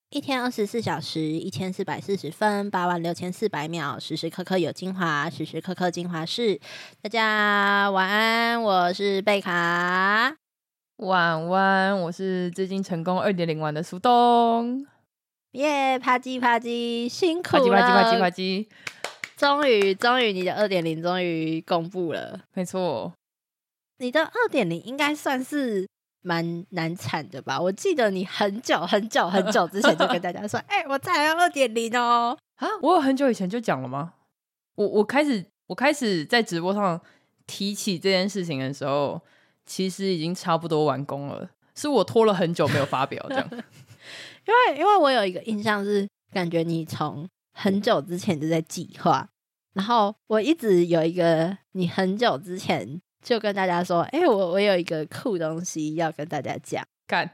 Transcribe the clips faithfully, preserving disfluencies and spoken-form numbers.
一天二十四小时，一千四百四十分，八万六千四百秒，时时刻刻有精华，时时刻刻精华室。大家晚安，我是贝卡。 晚安，我是最近成功 二点零 完的苏东。 耶，啪叽啪叽，辛苦了！ 啪叽啪叽啪叽啪叽， 终于终于你的 二点零 终于公布了。 没错， 你的 二点零 应该算是蛮难产的吧？我记得你很久很久很久之前就跟大家说，哎、欸，我再来要 二点零 哦。 啊，我有很久以前就讲了吗？我我开始我开始在直播上提起这件事情的时候，其实已经差不多完工了，是我拖了很久没有发表这样。 因为因为我有一个印象是，感觉你从很久之前就在计划，然后我一直有一个你很久之前就跟大家说，哎、欸，我我有一个酷东西要跟大家讲。 干，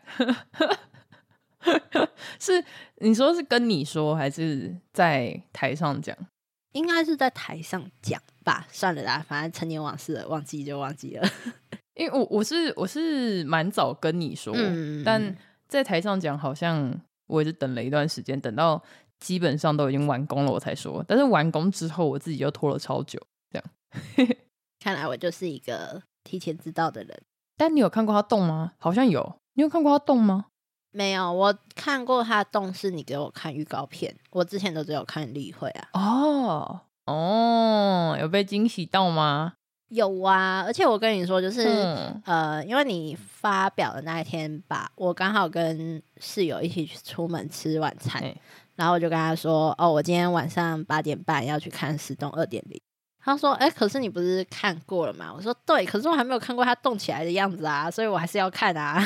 是你说是跟你说，还是在台上讲？ 应该是在台上讲吧。算了啦，反正陈年往事了，忘记就忘记了。 因为我我是我是蛮早跟你说，嗯、但在台上讲好像我也是等了一段时间，等到基本上都已经完工了我才说。但是完工之后，我自己就拖了超久，这样。 看来我就是一个提前知道的人。 但你有看过他动吗？好像有。你有看过他动吗？ 没有，我看过他动是你给我看预告片，我之前都只有看例会啊。 哦哦，有被惊喜到吗？ 有啊，而且我跟你说，就是、 嗯、 呃，因为你发表的那一天吧，我刚好跟室友一起出门吃晚餐，然后我就跟他说，哦，我今天晚上八点半要去看石洞二点零。他说，哎、欸，可是你不是看过了吗？我说，对，可是我还没有看过他动起来的样子啊，所以我还是要看啊。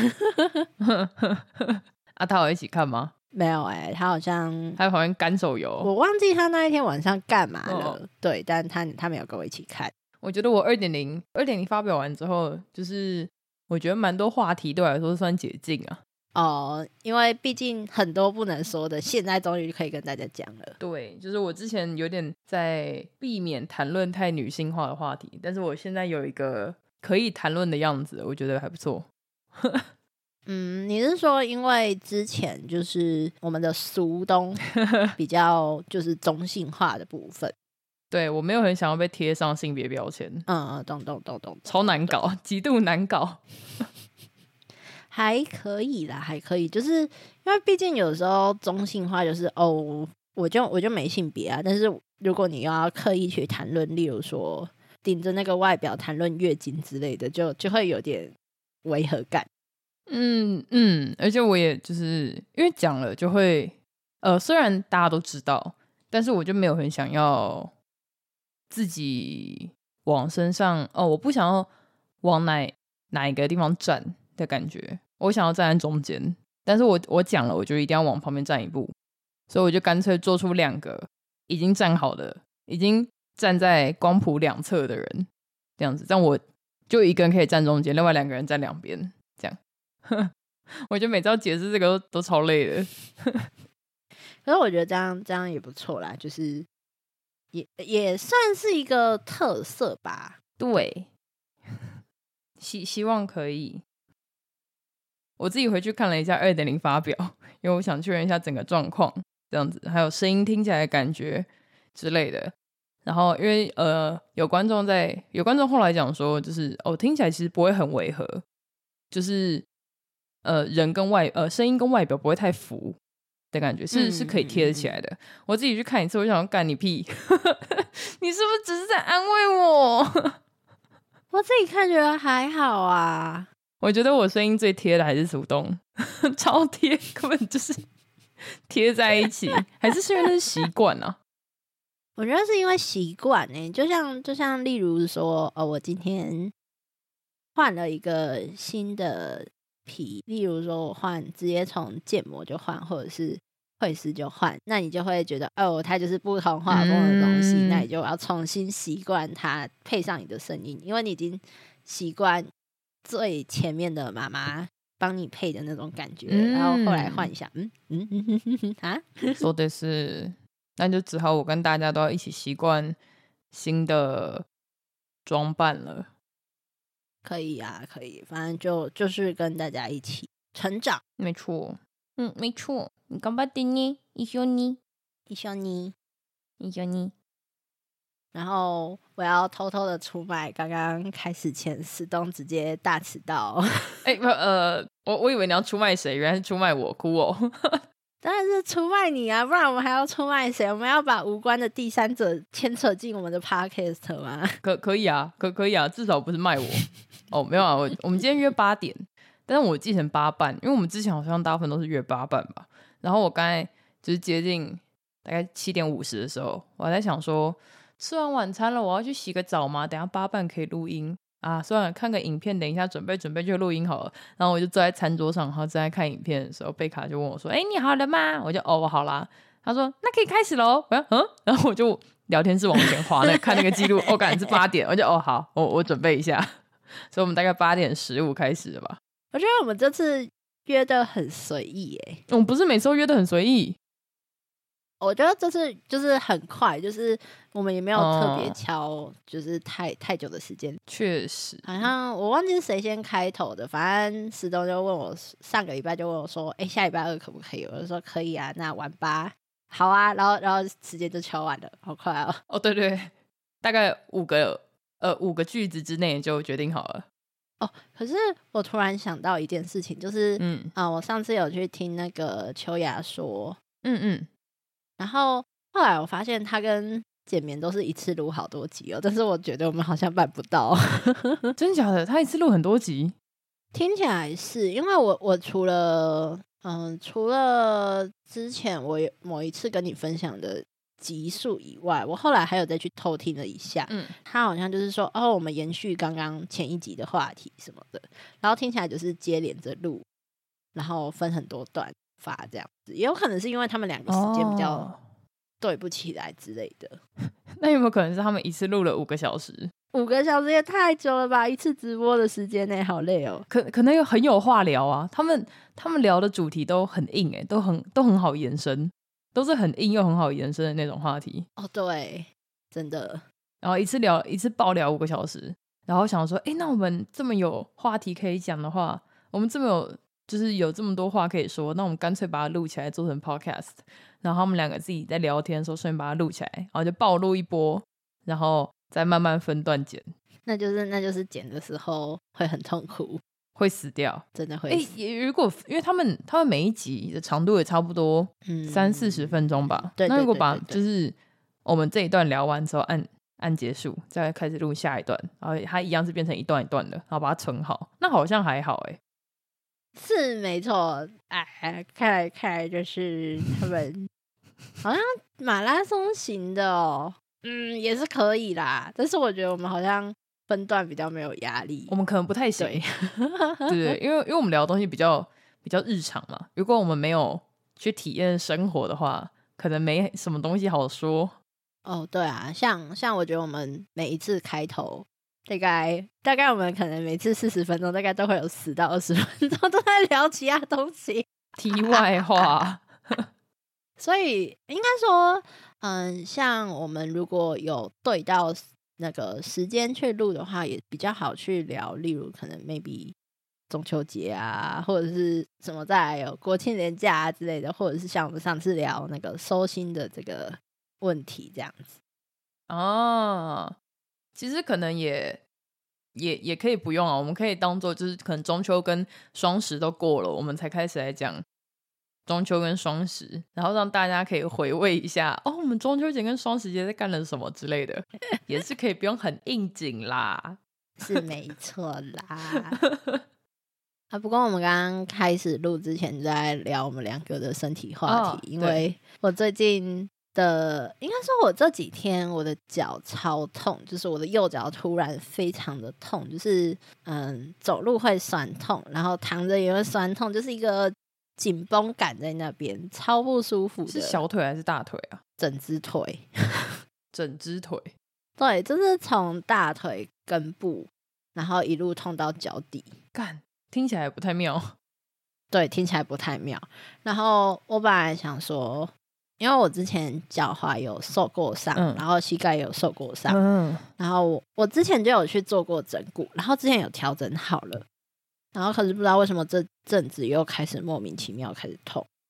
啊，他有一起看吗？ 没有哎、欸，他好像他在旁边干手游， 我忘记他那一天晚上干嘛了。 哦、 对，但他他没有跟我一起看。 我觉得我 二点零 二点零 发表完之后，就是我觉得蛮多话题对我来说算解禁啊。 哦，因为毕竟很多不能说的，现在终于可以跟大家讲了。 对，就是我之前有点在避免谈论太女性化的话题，但是我现在有一个可以谈论的样子，我觉得还不错。 嗯，你是说因为之前就是我们的苏东比较就是中性化的部分？ 对，我没有很想要被贴上性别标签。 嗯，懂懂懂懂， 超难搞，极度难搞。 还可以啦，还可以，就是因为毕竟有时候中性化就是哦，我就我就没性别啊。但是如果你要刻意去谈论，例如说顶着那个外表谈论月经之类的，就就会有点违和感。 嗯嗯，而且我也就是因为讲了就会，呃，虽然大家都知道，但是我就没有很想要自己往身上哦，我不想要往哪哪一个地方站的感觉，我想要站在中间，但是我我讲了，我就一定要往旁边站一步，所以我就干脆做出两个已经站好的，已经站在光谱两侧的人，这样子，这样我就一个人可以站中间，另外两个人站两边，这样。我觉得每次要解释这个都, 都超累的。 可是我觉得这样这样也不错啦，就是也也算是一个特色吧。 对，希希望可以。我自己回去看了一下 二点零 发表，因为我想确认一下整个状况，这样子还有声音听起来的感觉之类的。然后因为呃有观众在有观众后来讲说，就是哦听起来其实不会很违和，就是呃人跟外呃声音跟外表不会太浮的感觉，是、嗯、是可以贴得起来的。我自己去看一次，我想干你屁，你是不是只是在安慰我？ 我自己看觉得还好啊。 我觉得我声音最贴的还是苏东，超贴，根本就是贴在一起，还是是因为那是习惯啊？ 我觉得是因为习惯欸，就像就像例如说，哦，我今天换了一个新的皮，例如说我换直接从建模就换，或者是绘师就换，那你就会觉得哦，它就是不同画风的东西，嗯、那你就要重新习惯它配上你的声音，因为你已经习惯最前面的妈妈帮你配的那种感觉，嗯、然后后来换一下，嗯嗯嗯嗯嗯啊， 说的是，那就只好我跟大家都要一起习惯新的装扮了。 可以啊，可以，反正就就是跟大家一起成长， 没错，嗯，没错。 你干巴的呢？一緒に一緒に一緒に。 然后我要偷偷的出卖，刚刚开始前史东直接大迟到。 哎、不呃，我我以为你要出卖谁，原来是出卖我，哭哦。 当然是出卖你啊，不然我们还要出卖谁？我们要把无关的第三者牵扯进我们的 podcast 吗？ 可可以啊，可可以啊，至少不是卖我。哦，没有啊，我我们今天约八点，但是我记成八半，因为我们之前好像大部分都是约八半吧。然后我刚才就是接近大概七点五十的时候，我还在想说，吃完晚餐了，我要去洗个澡吗？等一下八半可以录音啊，算了，看个影片，等一下准备准备就录音好了。然后我就坐在餐桌上，然后正在看影片的时候，贝卡就问我说：“哎、欸，你好了吗？”我就哦，我好啦。他说：“那可以开始喽。”我说：“嗯。”然后我就聊天室往前滑那看那个记录，我感觉是八点，我就哦好，我我准备一下。所以我们大概八点十五开始了吧。 我觉得我们这次约的很随意耶， 我们不是每次都约的很随意。 我觉得这次就是很快，就是我们也没有特别敲，就是太、哦、太久的时间。 确实， 好像我忘记是谁先开头的，反正石东就问我，上个礼拜就问我说：“哎、欸，下礼拜二可不可以？”我就说：“可以啊，那晚吧。”好啊，然后然后时间就敲完了，好快哦。 哦，对对，大概五个呃五个句子之内就决定好了。 哦，可是我突然想到一件事情，就是嗯啊、呃，我上次有去听那个秋雅说， 嗯嗯。 然后后来我发现他跟简眠都是一次录好多集哦，但是我觉得我们好像办不到。 真假的？他一次录很多集？ 听起来是因为我我除了嗯、呃、除了之前我某一次跟你分享的集数以外，我后来还有再去偷听了一下，嗯，他好像就是说哦，我们延续刚刚前一集的话题什么的，然后听起来就是接连着录，然后分很多段发这样子，也有可能是因为他们两个时间比较对不起来之类的。哦、 那有没有可能是他们一次录了五个小时？ 五个小时也太久了吧！一次直播的时间呢，好累哦。 可可能有很有话聊啊，他们他们聊的主题都很硬哎，都很都很好延伸，都是很硬又很好延伸的那种话题。 哦，对，真的。 然后一次聊一次爆聊五个小时，然后想说，哎，那我们这么有话题可以讲的话，我们这么有。就是有这么多话可以说，那我们干脆把它录起来做成 podcast， 然后他们两个自己在聊天的时候顺便把它录起来，然后就暴录一波，然后再慢慢分段剪。那就是那就是剪的时候会很痛苦， 会死掉， 真的会死。 欸、如果因为他们他们每一集的长度也差不多三四十分钟吧， 对、嗯， 那如果把就是我们这一段聊完之后按按结束，再开始录下一段，然后它一样是变成一段一段的，然后把它存好，那好像还好哎、欸。 是没错，哎，看来看来就是他们好像马拉松型的哦，嗯，也是可以啦。但是我觉得我们好像分段比较没有压力， 我们可能不太行，对对对，因为因为我们聊的东西比较比较日常嘛。如果我们没有去体验生活的话，可能没什么东西好说。 哦，对啊，像像我觉得我们每一次开头。大概大概我们可能每次四十分钟，大概都会有十到二十分钟都在聊其他东西。 题外话， 所以应该说，嗯，像我们如果有对到那个时间去录的话，也比较好去聊。例如，可能 maybe 中秋节啊，或者是什么再来有国庆连假啊之类的，或者是像我们上次聊那个收心的这个问题这样子。 哦。其实可能也也也可以不用啊，我们可以当做就是可能中秋跟双十都过了，我们才开始来讲中秋跟双十，然后让大家可以回味一下哦，我们中秋节跟双十节在干了什么之类的，也是可以不用很应景啦， 是没错啦。啊，不过我们刚刚开始录之前就在聊我们两个的身体话题，哦、因为我最近。的应该说我这几天我的脚超痛，就是我的右脚突然非常的痛，就是嗯走路会酸痛，然后躺着也会酸痛，就是一个紧绷感在那边，超不舒服的。 是小腿还是大腿啊？ 整只腿。 整只腿。 对，就是从大腿根部然后一路痛到脚底。 干，听起来不太妙。 对，听起来不太妙。然后我本来想说因为我之前脚踝有受过伤、嗯、然后膝盖也有受过伤、嗯、然后 我, 我之前就有去做过整骨，然后之前有调整好了，然后可是不知道为什么这阵子又开始莫名其妙开始痛，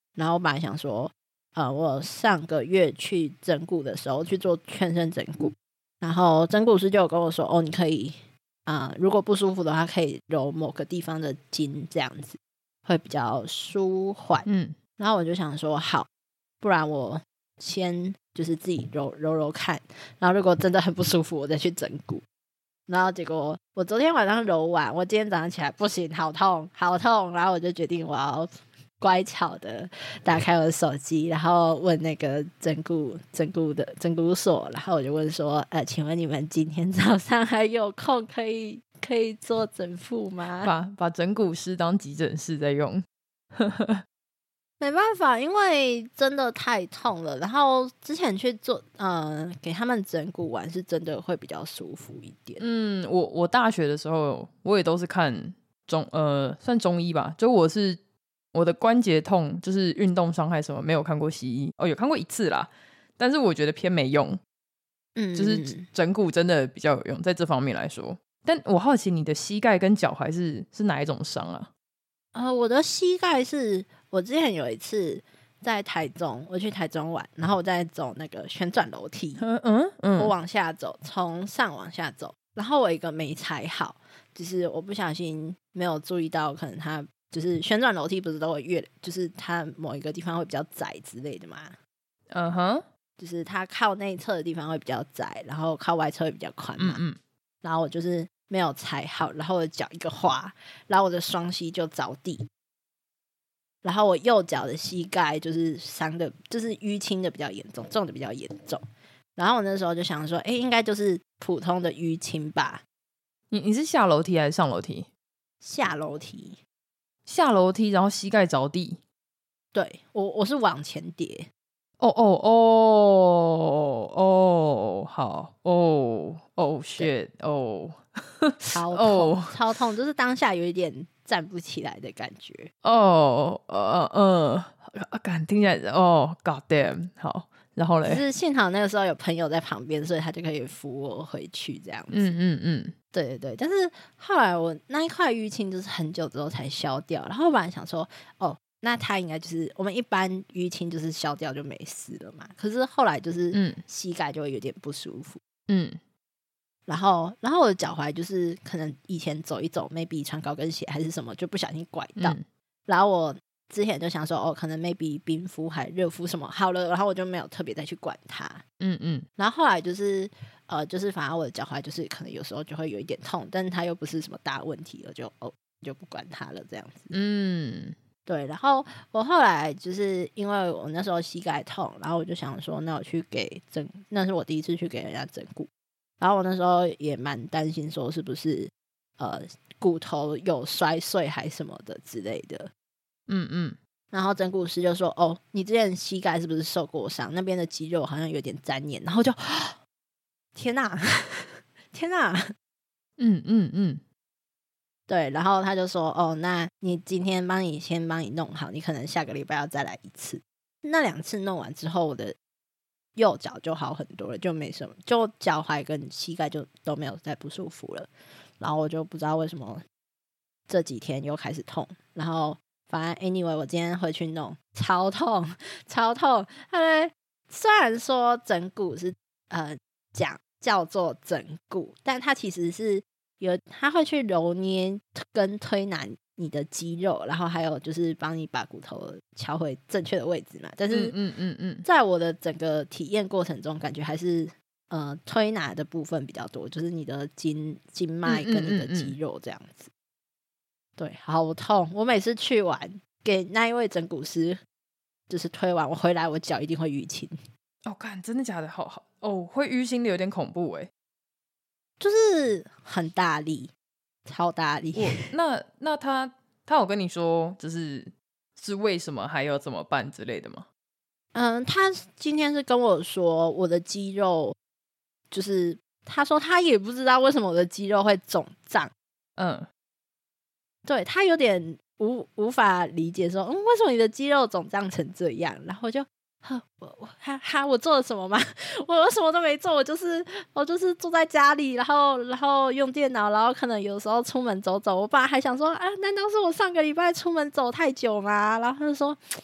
然后我本来想说，呃，我上个月去整骨的时候去做全身整骨，然后整骨师就有跟我说，哦，你可以啊、呃，如果不舒服的话，可以揉某个地方的筋，这样子会比较舒缓。 嗯， 然后我就想说，好，不然我先就是自己揉揉揉看，然后如果真的很不舒服，我再去整骨。然后结果我昨天晚上揉完，我今天早上起来不行，好痛好痛，然后我就决定我要乖巧的打开我的手机，然后问那个整骨整骨的整骨所，然后我就问说，呃，请问你们今天早上还有空可以可以做整复吗？ 把把整骨师当急诊室在用。 没办法，因为真的太痛了。然后之前去做，呃，给他们整骨完是真的会比较舒服一点。 嗯，我我大学的时候，我也都是看中呃算中医吧，就我是我的关节痛，就是运动伤害什么没有看过西医哦，有看过一次啦，但是我觉得偏没用。 嗯， 就是整骨真的比较有用，在这方面来说。但我好奇你的膝盖跟脚踝是是哪一种伤啊？ 呃，我的膝盖是我之前有一次在台中，我去台中玩，然后我在走那个旋转楼梯， 嗯嗯嗯， 我往下走，从上往下走，然后我一个没踩好，就是我不小心没有注意到，可能它就是旋转楼梯不是都会越，就是它某一个地方会比较窄之类的嘛。 嗯哼， 就是它靠内侧的地方会比较窄，然后靠外侧会比较宽嘛。 嗯嗯， 然后我就是没有踩好，然后我的脚一个滑，然后我的双膝就着地，然后我右脚的膝盖就是伤的，就是淤青的比较严重，重的比较严重。然后我那时候就想说，哎，应该就是普通的淤青吧。 你你是下楼梯还是上楼梯？ 下楼梯， 下楼梯，然后膝盖着地。 对，我我是往前跌。 哦哦哦哦，好哦哦 shit 哦， 超痛、 哦超痛，就是当下有一点站不起来的感觉。 哦呃呃，感听起来哦 god damn 好，然后嘞， 就是幸好那个时候有朋友在旁边，所以他就可以扶我回去这样子。 嗯嗯嗯， 对对对，但是后来我那一块淤青就是很久之后才消掉，然后我本来想说，哦，那它应该就是我们一般淤青就是消掉就没事了嘛。可是后来就是嗯膝盖就会有点不舒服， 嗯然后然后我的脚踝就是可能以前走一走 ，maybe 穿高跟鞋还是什么，就不小心拐到， 嗯然后我之前就想说，哦，可能 maybe 冰敷还热敷什么好了，然后我就没有特别再去管它。 嗯嗯然后后来就是呃，就是反正我的脚踝就是可能有时候就会有一点痛，但是它又不是什么大问题了，就哦就不管它了这样子。 嗯对，然后我后来就是因为我那时候膝盖痛，然后我就想说，那我去给整，那是我第一次去给人家整骨，然后我那时候也蛮担心说是不是呃骨头有摔碎还什么的之类的。 嗯嗯， 然后整骨师就说：“哦，你之前膝盖是不是受过伤？那边的肌肉好像有点粘黏。”然后就，天哪，天哪！ 嗯嗯嗯， 对，然后他就说：“哦，那你今天帮你先帮你弄好，你可能下个礼拜要再来一次。”那两次弄完之后，我的右脚就好很多了，就没什么，就脚踝跟膝盖就都没有再不舒服了。然后我就不知道为什么这几天又开始痛，然后。反正 anyway， 我今天回去弄，超痛，超痛。他虽然说整骨是呃讲叫做整骨，但它其实是有，他会去揉捏跟推拿你的肌肉，然后还有就是帮你把骨头敲回正确的位置嘛。但是， 嗯嗯嗯， 在我的整个体验过程中，感觉还是呃推拿的部分比较多，就是你的筋筋脉跟你的肌肉这样子。对，好痛！我每次去完给那一位整骨师，就是推完我回来，我脚一定会淤青。 哦，看真的假的？好好哦，会淤青的有点恐怖哎， 就是很大力，超大力。 那那他他有跟你说，就是是为什么，还有怎么办之类的吗？ 嗯，他今天是跟我说，我的肌肉就是他说他也不知道为什么我的肌肉会肿胀。 嗯。 对，他有点无无法理解说，嗯，为什么你的肌肉肿胀成这样？然后就，呵，我我哈哈，我做了什么吗？我我什么都没做，我就是我就是坐在家里，然后然后用电脑，然后可能有时候出门走走。我爸还想说，啊，难道是我上个礼拜出门走太久吗？然后他就说，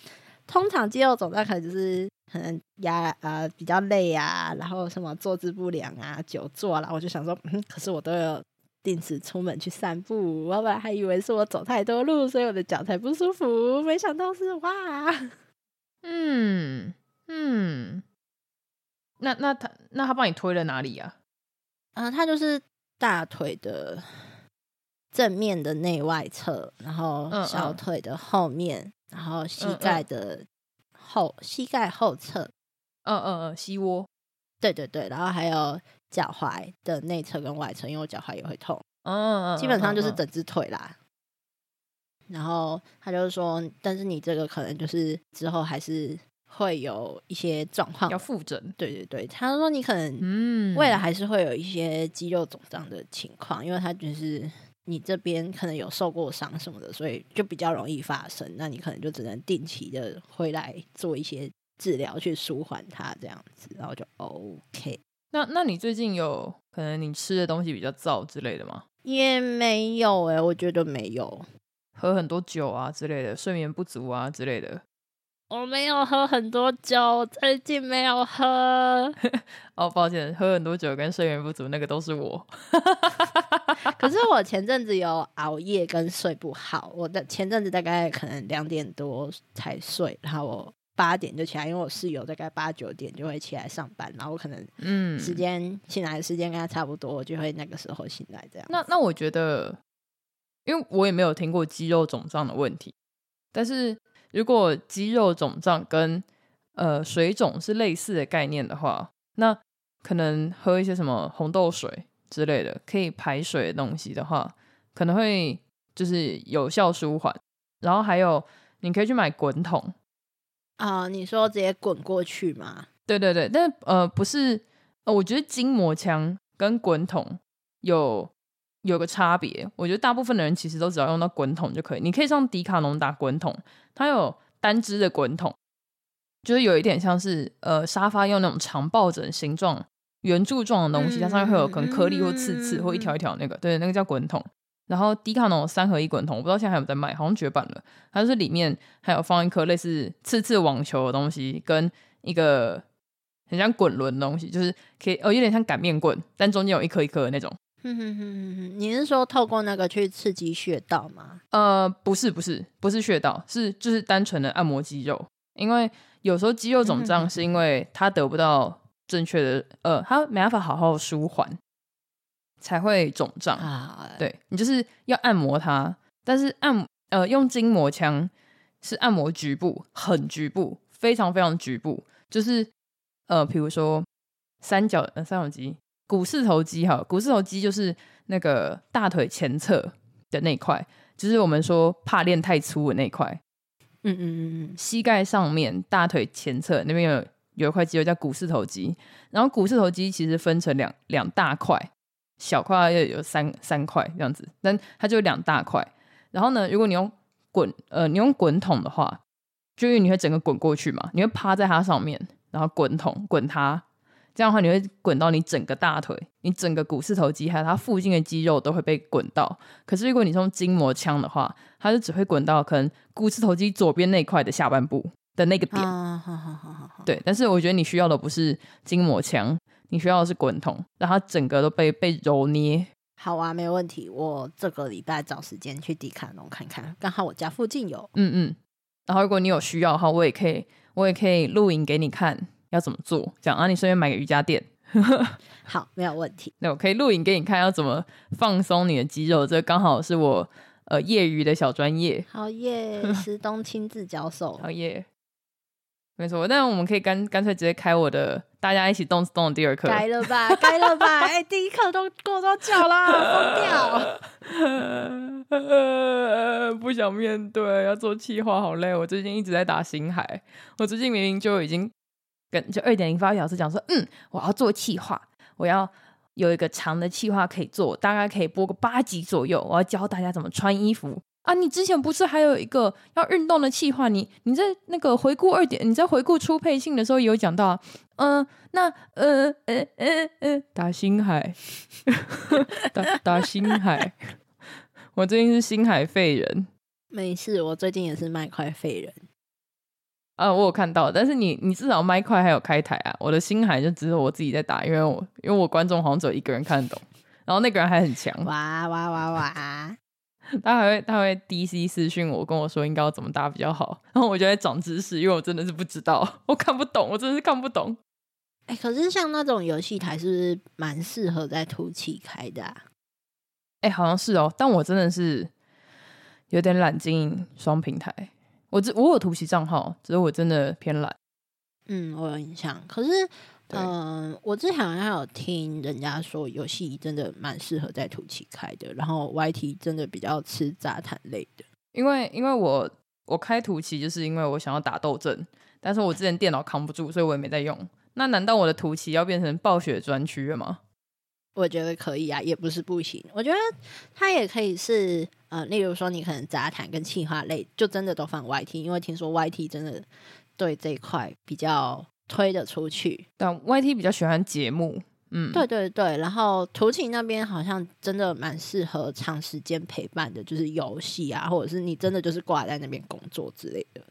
通常肌肉肿胀可能就是可能压呃比较累啊，然后什么坐姿不良啊、久坐啦，我就想说，嗯，可是我都有定时出门去散步，我本来还以为是我走太多路，所以我的脚才不舒服，没想到是哇， 嗯嗯，那那他那他帮你推了哪里啊？ 嗯、呃，它就是大腿的正面的内外侧，然后嗯小嗯腿的后面，然后膝嗯嗯盖的后膝盖后侧， 嗯嗯嗯，膝窝。 对对对，然后还有脚踝的内侧跟外侧，因为我脚踝也会痛， 嗯嗯， 基本上就是嗯嗯整只腿啦。然后他就是说，但是你这个可能就是之后还是会有一些状况要，复诊。 对对对，他说你可能嗯， 未来还是会有一些肌肉肿胀的情况，因为他就是你这边可能有受过伤什么的，所以就比较容易发生。那你可能就只能定期的回来做一些治疗去舒缓它这样子，然后就 OK。 那那你最近有可能你吃的东西比较燥之类的吗？ 也没有哎、我觉得没有， 喝很多酒啊之类的，睡眠不足啊之类的。 我没有喝很多酒，最近没有喝。 哦，抱歉，喝很多酒跟睡眠不足那个都是我。 可是我前阵子有熬夜跟睡不好，我的前阵子大概可能两点多才睡，然后我八点就起来，因为我室友大概八九点就会起来上班，然后我可能嗯， 时间醒来的时间跟他差不多，我就会那个时候醒来这样。 那那我觉得，因为我也没有听过肌肉肿胀的问题，但是如果肌肉肿胀跟呃水肿是类似的概念的话，那可能喝一些什么红豆水之类的可以排水的东西的话，可能会就是有效舒缓。然后还有你可以去买滚筒， 啊、你说直接滚过去吗？ 对对对，但呃不是，呃我觉得筋膜枪跟滚筒有有个差别。我觉得大部分的人其实都只要用到滚筒就可以。你可以上迪卡侬打滚筒，它有单支的滚筒，就是有一点像是呃沙发用那种长抱枕形状、圆柱状的东西，它上面会有可能颗粒或刺刺或一条一条那个，对，那个叫滚筒。然后迪卡侬有三合一滚筒，我不知道现在还有没有在卖，好像绝版了。它就是里面还有放一颗类似刺刺网球的东西，跟一个很像滚轮的东西，就是可以哦，有点像擀面棍，但中间有一颗一颗的那种。 哼哼哼哼哼，你是说透过那个去刺激穴道吗？ 呃，不是，不是，不是穴道，是就是单纯的按摩肌肉。因为有时候肌肉肿胀是因为它得不到正确的，呃，它没办法好好舒缓，才会肿胀。 啊， 对，你就是要按摩它，但是按呃用筋膜枪是按摩局部，很局部，非常非常局部，就是呃，比如说三角呃三角肌、股四头肌哈，股四头肌就是那个大腿前侧的那块，就是我们说怕练太粗的那块。 嗯嗯嗯嗯， 膝盖上面大腿前侧那边有有一块肌肉叫股四头肌，然后股四头肌其实分成两两大块，小块又有三三块这样子，但它就有两大块。然后呢，如果你用滚呃你用滚筒的话，就因为你会整个滚过去嘛，你会趴在它上面，然后滚筒滚它，这样的话你会滚到你整个大腿，你整个股四头肌还有它附近的肌肉都会被滚到。可是如果你是用筋膜枪的话，它就只会滚到可能股四头肌左边那块的下半部的那个点。 啊，好好好好好， 对，但是我觉得你需要的不是筋膜枪，你需要的是滚筒，让它整个都被被揉捏。 好啊，没问题。我这个礼拜找时间去迪卡侬看看，刚好我家附近有。 嗯嗯。然后如果你有需要的话，我也可以，我也可以录影给你看要怎么做，这样，然后你顺便买个瑜伽垫。 好，没有问题。 那我可以录影给你看要怎么放松你的肌肉，这刚好是我呃业余的小专业。 好耶，石东亲自教授。 好耶，没错。但我们可以干干脆直接开我的大家一起动次动的第二课。 该了吧，该了吧！哎、欸，第一课都过多久了？疯掉！ 不想面对，要做企划好累。我最近一直在打星海，我最近明明就已经跟就二点零发表师讲说，嗯，我要做企划，我要有一个长的企划可以做，大概可以播个八集左右。我要教大家怎么穿衣服啊！你之前不是还有一个要运动的企划？你你在那个回顾二点，你在回顾初配信的时候有讲到，嗯、呃，那呃呃呃呃，打星海，打打星海。我最近是星海废人。 没事，我最近也是麦块废人。 啊，我有看到，但是你你至少麦块还有开台啊，我的星海就只有我自己在打，因为我因为我观众好像只有一个人看得懂，然后那个人还很强， 哇哇哇哇！ 他还会他会 D C 私讯我，跟我说应该要怎么打比较好，然后我就在长知识，因为我真的是不知道，我看不懂，我真的是看不懂。 哎、欸，可是像那种游戏台是不是蛮适合在突起开的啊？ 哎、欸，好像是哦，但我真的是有点懒经营双平台。我只我有突袭账号，只是我真的偏懒。 嗯，我有印象。可是，嗯、呃，我之前好像有听人家说，游戏真的蛮适合在突起开的，然后 Y T 真的比较吃杂谈类的。 因为因为我我开突袭就是因为我想要打斗阵，但是我之前电脑扛不住，所以我也没在用。那难道我的突袭要变成暴雪专区了吗？ 我觉得可以啊，也不是不行。我觉得它也可以是呃，例如说你可能杂谈跟企划类，就真的都放 Y T， 因为听说 Y T 真的对这一块比较推得出去。 但 Y T 比较喜欢节目，嗯， 对对对。然后图奇那边好像真的蛮适合长时间陪伴的，就是游戏啊，或者是你真的就是挂在那边工作之类的。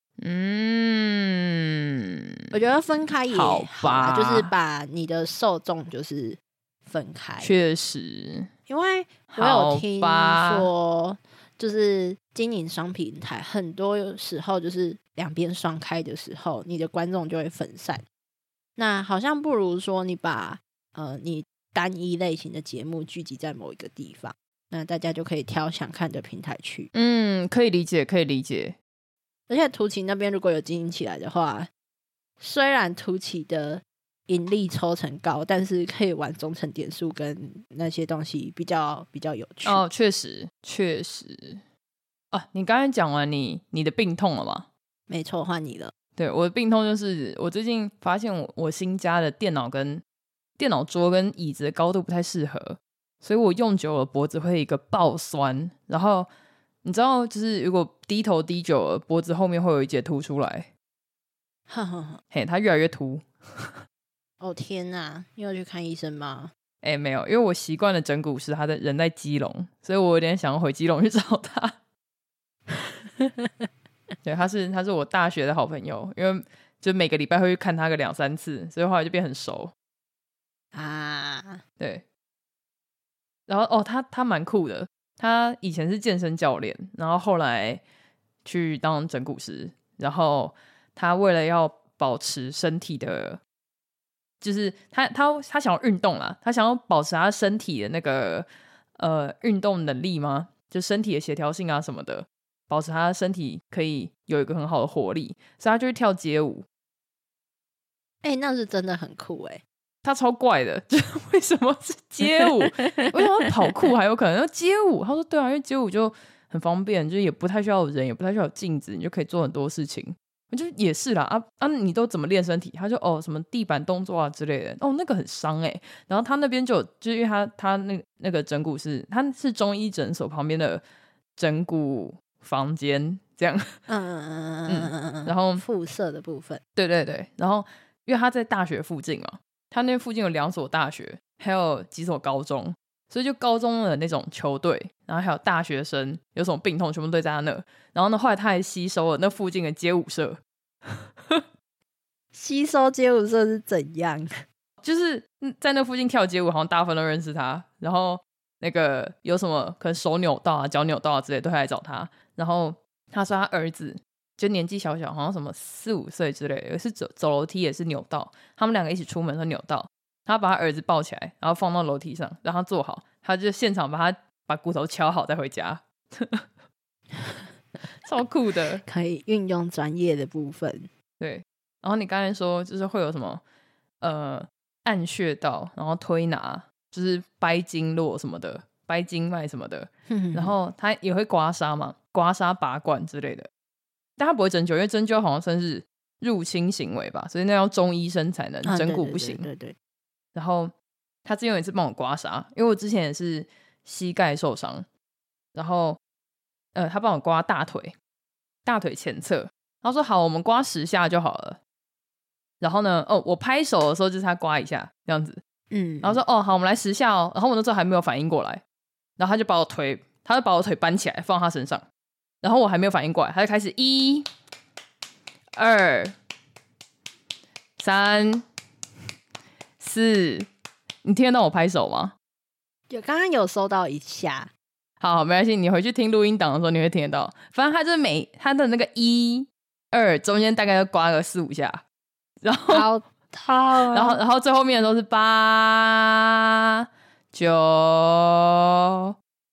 嗯， 我觉得分开也好吧， 就是把你的受众就是分开。 确实， 因为我有听说，就是经营双平台，很多时候就是两边双开的时候，你的观众就会分散。那好像不如说你把呃你单一类型的节目聚集在某一个地方，那大家就可以挑想看的平台去。 嗯，可以理解，可以理解。 而且图奇那边如果有经营起来的话，虽然图奇的盈利抽成高，但是可以玩忠诚点数跟那些东西比较比较有趣哦。确实确实啊，你刚才讲完你你的病痛了吗？ 没错，换你了。 对，我的病痛就是我最近发现我我新家的电脑跟电脑桌跟椅子的高度不太适合，所以我用久了脖子会有一个爆酸，然后你知道就是如果低头低久了，脖子后面会有一节凸出来，嘿，它越来越凸。 哦天哪，你有去看医生吗？ 哎、欸，没有，因为我习惯了整蛊师他的人在基隆，所以我有点想要回基隆去找他。对，他是他是我大学的好朋友，因为就每个礼拜会去看他个两三次，所以后来就变很熟啊。 对，然后哦，他他蛮酷的，他以前是健身教练，然后后来去当整蛊师，然后他为了要保持身体的。就是他他他想要运动啦，他想要保持他身体的那个呃运动能力吗？就身体的协调性啊什么的，保持他身体可以有一个很好的活力，所以他就去跳街舞。 哎、欸，那是真的很酷哎、欸！ 他超怪的，就是为什么是街舞？为什么跑酷还有可能街舞？他说对啊，因为街舞就很方便，就也不太需要人，也不太需要有镜子，你就可以做很多事情。我就也是啦啊啊！你都怎么练身体？他就哦什么地板动作啊之类的，哦那个很伤哎、欸。然后他那边就就因为他他那那个整骨是他是中医诊所旁边的整骨房间这样， 嗯嗯嗯嗯嗯嗯嗯， 然后辐射的部分， 对对对，然后因为他在大学附近嘛，他那附近有两所大学，还有几所高中，所以就高中的那种球队，然后还有大学生有什么病痛全部都在他那。然后呢，后来他还吸收了那附近的街舞社。 吸收街舞社是怎样？ 就是在那附近跳街舞，好像大部分都认识他。然后那个有什么可能手扭到啊、脚扭到啊之类，都会来找他。然后他说他儿子就年纪小小，好像什么四五岁之类的，有是走走楼梯也是扭到，他们两个一起出门都扭到。他把他儿子抱起来，然后放到楼梯上，让他坐好，他就现场把他把骨头敲好再回家。超酷的， 可以运用专业的部分。 对，然后你刚才说就是会有什么呃按穴道，然后推拿，就是掰经络什么的，掰经脉什么的，然后他也会刮痧嘛，刮痧拔罐之类的，但他不会针灸，因为针灸好像算是入侵行为吧，所以那要中医生才能，整骨不行。 啊、对, 对, 对, 对, 对。 然后他之前有一次帮我刮痧，因为我之前也是膝盖受伤，然后呃他帮我刮大腿，大腿前侧。他说好，我们刮十下就好了。然后呢，哦，我拍手的时候就是他刮一下这样子，嗯，然后说哦好，我们来十下哦。然后我那时候还没有反应过来，然后他就把我腿，他就把我腿搬起来放他身上，然后我还没有反应过来，他就开始一、 二、三、四，你听得到我拍手吗？ 有，刚刚有收到一下。 好，没关系，你回去听录音档的时候你会听得到。反正它就是每它的那个一、二中间大概要刮个四五下，然后好痛、啊， 然后然后最后面的都是八、九、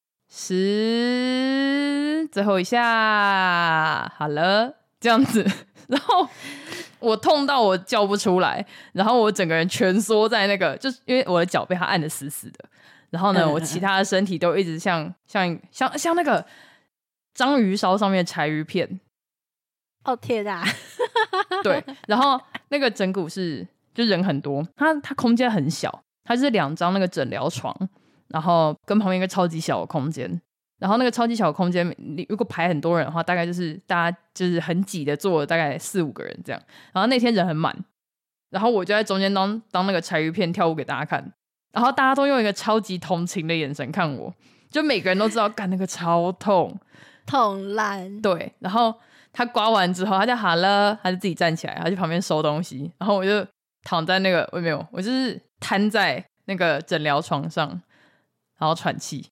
十，最后一下，好了，这样子。然后我痛到我叫不出来，然后我整个人蜷缩在那个，就是因为我的脚被他按得死死的。然后呢，我其他的身体都一直像像像像那个章鱼烧上面的柴鱼片。 哦天啊！ 对，然后那个整骨是就人很多，它它空间很小，它是两张那个诊疗床，然后跟旁边一个超级小的空间。然后那个超级小的空间，如果排很多人的话，大概就是大家就是很挤的坐了大概四五个人这样。然后那天人很满，然后我就在中间当当那个柴鱼片跳舞给大家看。然后大家都用一个超级同情的眼神看我，就每个人都知道干那个超痛痛烂。 对，然后他刮完之后他就好了，他就自己站起来，他去旁边收东西，然后我就躺在那个我没有我就是瘫在那个诊疗床上，然后喘气。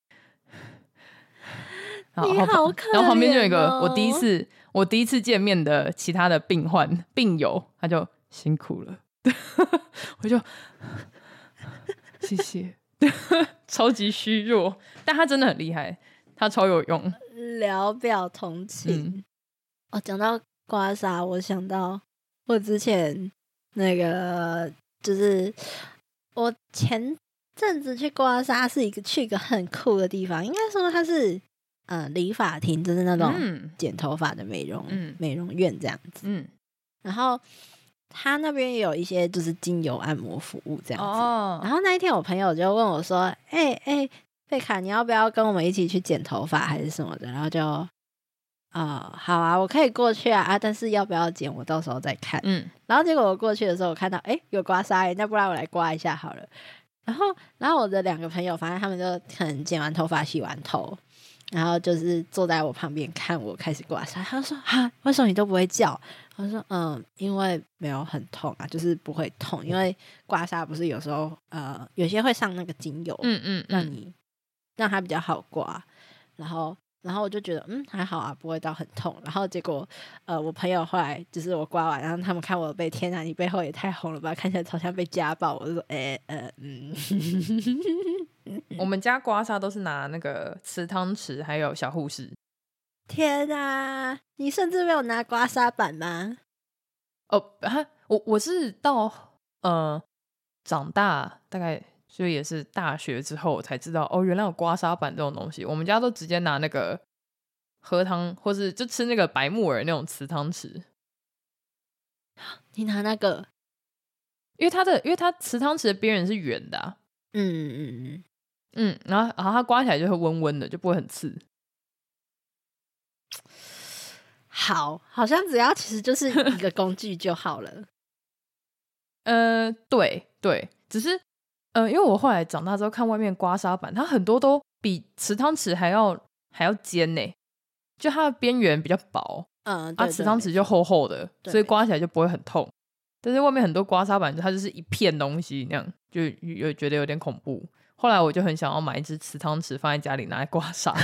然后你好可怜哦。 然后旁边就有一个我第一次我第一次见面的其他的病患病友，他就辛苦了。我就谢谢。超级虚弱，但他真的很厉害，他超有用， 聊表同情。嗯、哦，讲到刮痧，我想到我之前那个，就是我前阵子去刮痧，是一个去一个很酷的地方，应该说它是呃理发厅，就是那种剪头发的美容、嗯、美容院这样子。嗯，然后。他那边也有一些就是精油按摩服务这样子， oh. 然后那一天我朋友就问我说：“哎、欸、哎、欸，贝卡，你要不要跟我们一起去剪头发还是什么的？”然后就啊、哦，好啊，我可以过去啊啊，但是要不要剪我到时候再看。嗯，然后结果我过去的时候，我看到哎、欸、有刮痧耶，那不然我来刮一下好了。然后然后我的两个朋友，反正他们就可能剪完头发、洗完头。然后就是坐在我旁边看我开始刮痧，他就说：“哈，为什么你都不会叫？”我说：“嗯，因为没有很痛啊，就是不会痛。因为刮痧不是有时候呃有些会上那个精油，嗯嗯，让你让它比较好刮。然后然后我就觉得嗯还好啊，不会到很痛。然后结果呃我朋友后来就是我刮完，然后他们看我的背，天啊，你背后也太红了吧，看起来好像被家暴。我就说：哎、欸、呃嗯。” 我们家刮痧都是拿那个瓷汤匙还有小护士。 天啊，你甚至没有拿刮痧板吗？ 哦，我我是到呃长大大概就也是大学之后我才知道，哦，原来有刮痧板这种东西。我们家都直接拿那个喝汤，或是就吃那个白木耳那种瓷汤匙。 你拿那个？ 因为它的因为它瓷汤匙的边缘是圆的、啊。嗯嗯嗯嗯，然后然后它刮起来就会温温的，就不会很刺。 好，好像只要其实就是一个工具就好了。 呃，对对，只是呃，因为我后来长大之后看外面刮痧板，它很多都比瓷汤匙还要还要尖呢，就它的边缘比较薄，嗯，啊，瓷汤匙就厚厚的，所以刮起来就不会很痛。但是外面很多刮痧板，它就是一片东西那样，就有觉得有点恐怖。后来我就很想要买一只瓷汤匙放在家里拿来刮痧。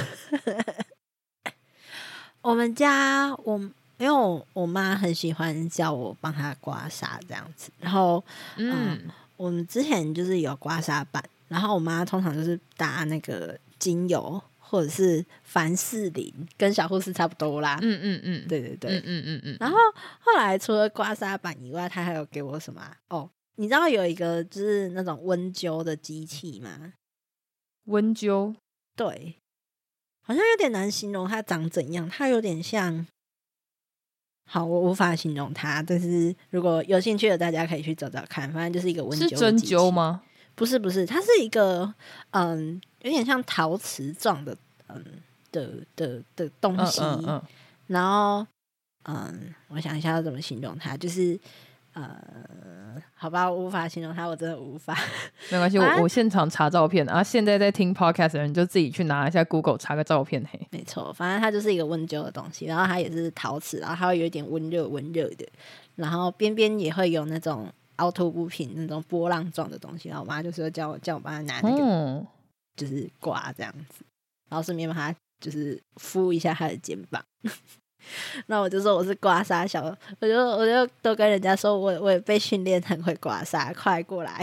我们家我因为我我妈很喜欢叫我帮她刮痧这样子，然后嗯、呃，我们之前就是有刮痧板，然后我妈通常就是打那个精油或者是凡士林，跟小护士差不多啦。嗯嗯嗯，对对对，嗯嗯嗯嗯。然后后来除了刮痧板以外，她还有给我什么、啊、哦？你知道有一个就是那种温灸的机器吗？ 温灸， 对，好像有点难形容它长怎样，它有点像，好，我无法形容它，但是如果有兴趣的大家可以去找找看，反正就是一个温灸的机器。 是针灸吗？ 不是不是，它是一个嗯，有点像陶瓷状的嗯的的的东西，嗯嗯嗯，然后嗯，我想一下要怎么形容它，就是呃，好吧，我无法形容它，我真的无法。 没关系，我我现场查照片，然后现在在听 podcast 的人就自己去拿一下 Google 查个照片。嘿， 没错，反正它就是一个温灸的东西，然后它也是陶瓷，然后它会有一点温热温热的，然后边边也会有那种凹凸不平那种波浪状的东西，然后我妈就是叫我叫我帮她拿那个， 嗯， 就是刮这样子，然后顺便帮她就是敷一下她的肩膀。那我就说我是刮痧小，我就我就都跟人家说我我也被训练很会刮痧，快过来，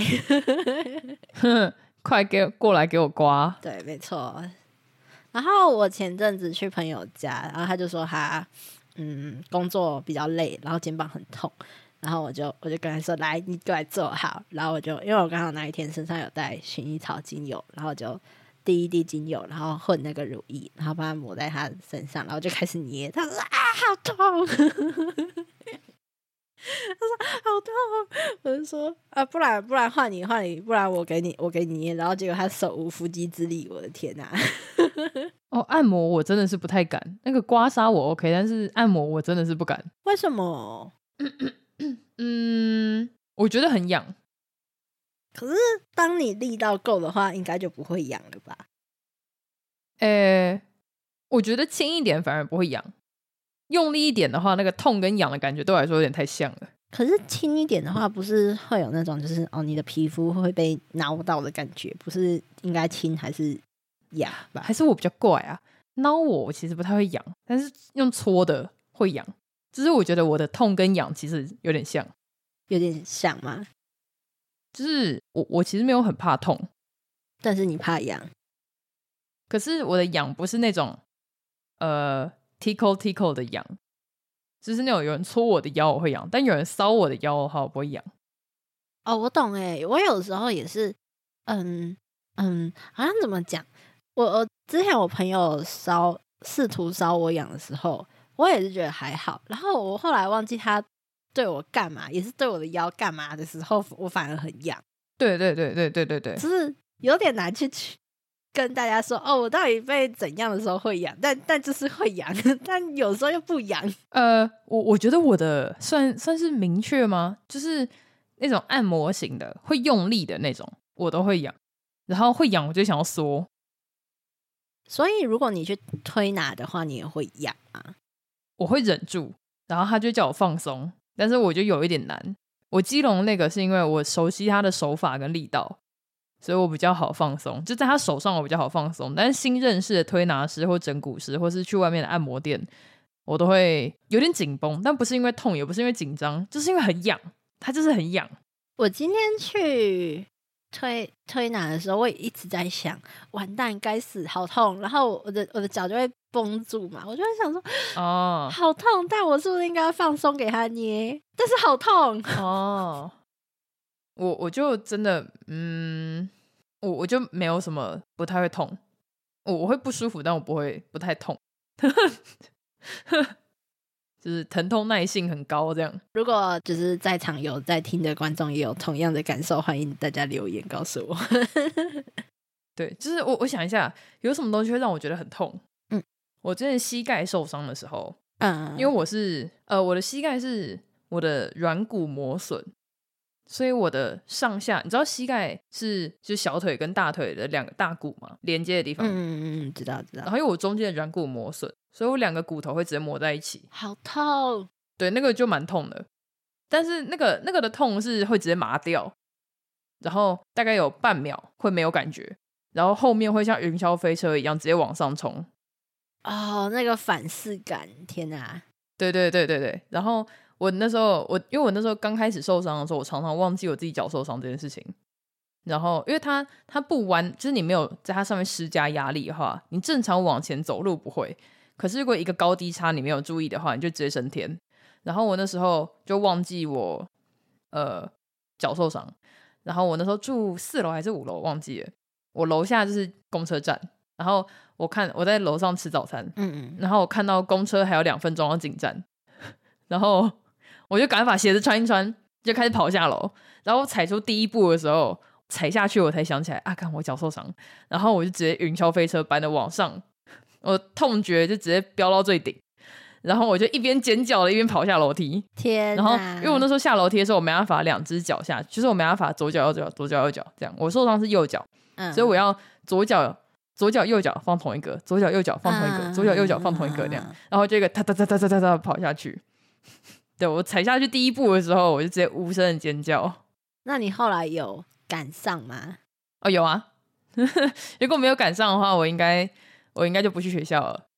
快给过来给我刮。 对，没错。然后我前阵子去朋友家，然后他就说他嗯工作比较累，然后肩膀很痛，然后我就我就跟他说来你过来坐好，然后我就因为我刚好那一天身上有带薰衣草精油，然后我就滴一滴精油，然后混那个乳液，然后把它抹在他身上，然后就开始捏。他说啊，好痛！他说好痛！我就说啊，不然不然换你换你，不然我给你我给你捏。然后结果他手无缚鸡之力，我的天哪、啊！ 哦，按摩我真的是不太敢，那个刮痧我 OK， 但是按摩我真的是不敢。 为什么？ 嗯，我觉得很痒。 可是当你力道够的话，应该就不会痒了吧？ 呃，我觉得轻一点反而不会痒，用力一点的话，那个痛跟痒的感觉对我来说有点太像了。 可是轻一点的话，不是会有那种就是哦，你的皮肤会被挠到的感觉？不是应该轻还是痒吧？ 还是我比较怪啊？挠我我其实不太会痒，但是用搓的会痒。就是我觉得我的痛跟痒其实有点像， 有点像吗？ 就是我我其实没有很怕痛， 但是你怕痒。 可是我的痒不是那种呃 tickle tickle 的痒，就是那种有人搓我的腰我会痒，但有人搔我的腰的话我不会痒。 哦，我懂哎，我有时候也是，嗯嗯，好像怎么讲？我我之前我朋友搔试图搔我痒的时候，我也是觉得还好，然后我后来忘记他对我干嘛，也是对我的腰干嘛的时候，我反而很痒。 对对对对对对对， 就是有点难去跟大家说哦，我到底被怎样的时候会痒，但但就是会痒，但有时候又不痒。 呃，我我觉得我的算算是明确吗？就是那种按摩型的，会用力的那种，我都会痒，然后会痒我就想要缩。 所以如果你去推拿的话，你也会痒啊？ 我会忍住，然后他就叫我放松，但是我就有一点难。我基隆那个是因为我熟悉他的手法跟力道，所以我比较好放松，就在他手上我比较好放松。但是新认识的推拿师或整骨师或是去外面的按摩店，我都会有点紧绷，但不是因为痛也不是因为紧张，就是因为很痒，它就是很痒。 我今天去推推拿的时候，我也一直在想，完蛋，该死，好痛！然后我的我的脚就会绷住嘛，我就会想说， 哦， 好痛，但我是不是应该放松给他捏？但是好痛哦，我我就真的，嗯，我我就没有什么不太会痛，我我会不舒服，但我不会不太痛。就是疼痛耐性很高这样。 如果就是在场有在听的观众也有同样的感受，欢迎大家留言告诉我。 对，就是我我想一下，有什么东西会让我觉得很痛？ 嗯， 我之前膝盖受伤的时候， 嗯， 因为我是呃我的膝盖是我的软骨磨损，所以我的上下，你知道膝盖是就是小腿跟大腿的两个大骨嘛，连接的地方。 嗯嗯嗯，知道知道。 然后因为我中间的软骨磨损，所以我两个骨头会直接磨在一起， 好痛。 对，那个就蛮痛的。但是那个那个的痛是会直接麻掉，然后大概有半秒会没有感觉，然后后面会像云霄飞车一样直接往上冲。 哦，那个反噬感，天哪！ 对对对对对。然后我那时候我因为我那时候刚开始受伤的时候，我常常忘记我自己脚受伤这件事情。然后因为它它不弯，就是你没有在它上面施加压力的话，你正常往前走路不会。可是如果一个高低差你没有注意的话，你就直接升天。然后我那时候就忘记我呃脚受伤，然后我那时候住四楼还是五楼忘记了，我楼下就是公车站，然后我看我在楼上吃早餐， 嗯嗯， 然后我看到公车还有两分钟要进站，然后我就赶快把鞋子穿一穿，就开始跑下楼。然后我踩出第一步的时候，踩下去我才想起来啊，看我脚受伤，然后我就直接云霄飞车般的往上，我痛觉就直接飙到最顶。 然后我就一边尖叫了一边跑下楼梯。 天哪！ 然后因为我那时候下楼梯的时候我没办法两只脚下，就是我没办法左脚右脚左脚右脚这样，我受伤是右脚、嗯、所以我要左脚左脚右脚放同一个，左脚右脚放同一个、嗯、左脚右脚放同一个这样，然后就一个哒哒哒哒哒哒哒跑下去。对，我踩下去第一步的时候我就直接无声的尖叫。 那你后来有赶上吗？ 哦，有啊。如果没有赶上的话我应该我应该就不去学校了。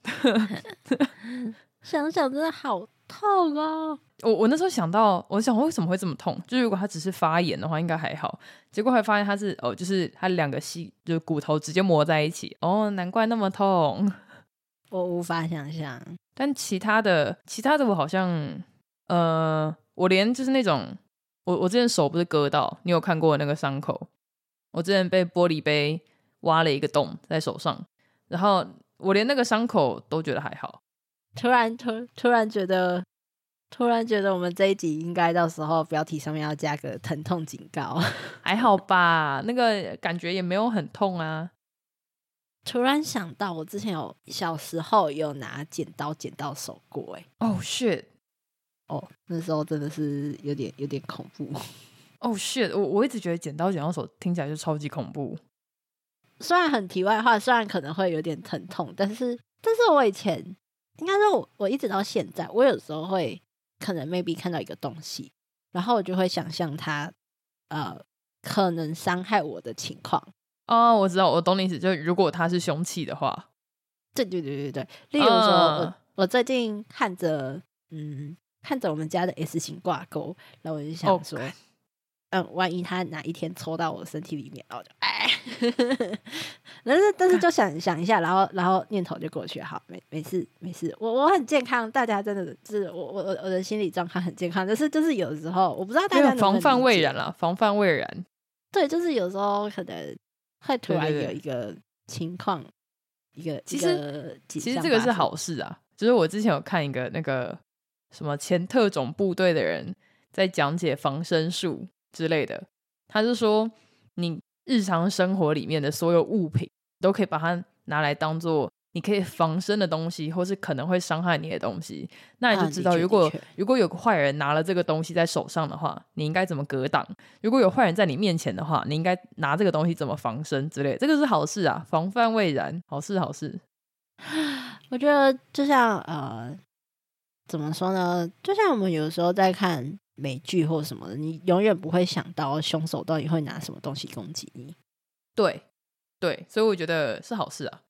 想想真的好痛哦。 我我那时候想到，我想为什么会这么痛，就是如果它只是发炎的话应该还好，结果还发现它是哦，就是它两个细就是骨头直接磨在一起，哦，难怪那么痛。 我无法想象。 但其他的其他的我好像呃我连就是那种我我之前手不是割到，你有看过那个伤口，我之前被玻璃杯挖了一个洞在手上，然后我连那个伤口都觉得还好。 突然突突然觉得突然觉得我们这一集应该到时候标题上面要加个疼痛警告。 还好吧，那个感觉也没有很痛啊。 突然想到我之前有小时候有拿剪刀剪到手过。哎，哦 shit， 哦，那时候真的是有点有点恐怖。 哦 shit， 我我一直觉得剪刀剪到手听起来就超级恐怖。 虽然很题外话，虽然可能会有点疼痛，但是但是我以前应该说我我一直到现在，我有时候会可能 maybe 看到一个东西，然后我就会想象它呃可能伤害我的情况。 哦，我知道，我懂你意思，就如果它是凶器的话。 对对对对对，例如说、uh... 我我最近看着嗯看着我们家的 S 型挂钩，然后我就想说、oh. 嗯，万一他哪一天戳到我的身体里面，然后就哎，但是但是就想想一下，然后然后念头就过去，好，没没事没事，我我很健康，大家真的是我我我的心理状况很健康，但是就是有时候我不知道大家能不能防范未然啦，防范未然。 对，就是有时候可能会突然有一个情况，一个其实其实这个是好事啊，就是我之前有看一个那个什么前特种部队的人在讲解防身术之类的，他是说你日常生活里面的所有物品都可以把它拿来当做你可以防身的东西，或是可能会伤害你的东西，那你就知道如果、啊、如果有个坏人拿了这个东西在手上的话你应该怎么格挡，如果有坏人在你面前的话你应该拿这个东西怎么防身之类的，这个是好事啊，防范未然，好事好事。 我觉得就像呃怎么说呢，就像我们有时候在看美剧或什么的，你永远不会想到凶手到底会拿什么东西攻击你。 对对，所以我觉得是好事啊。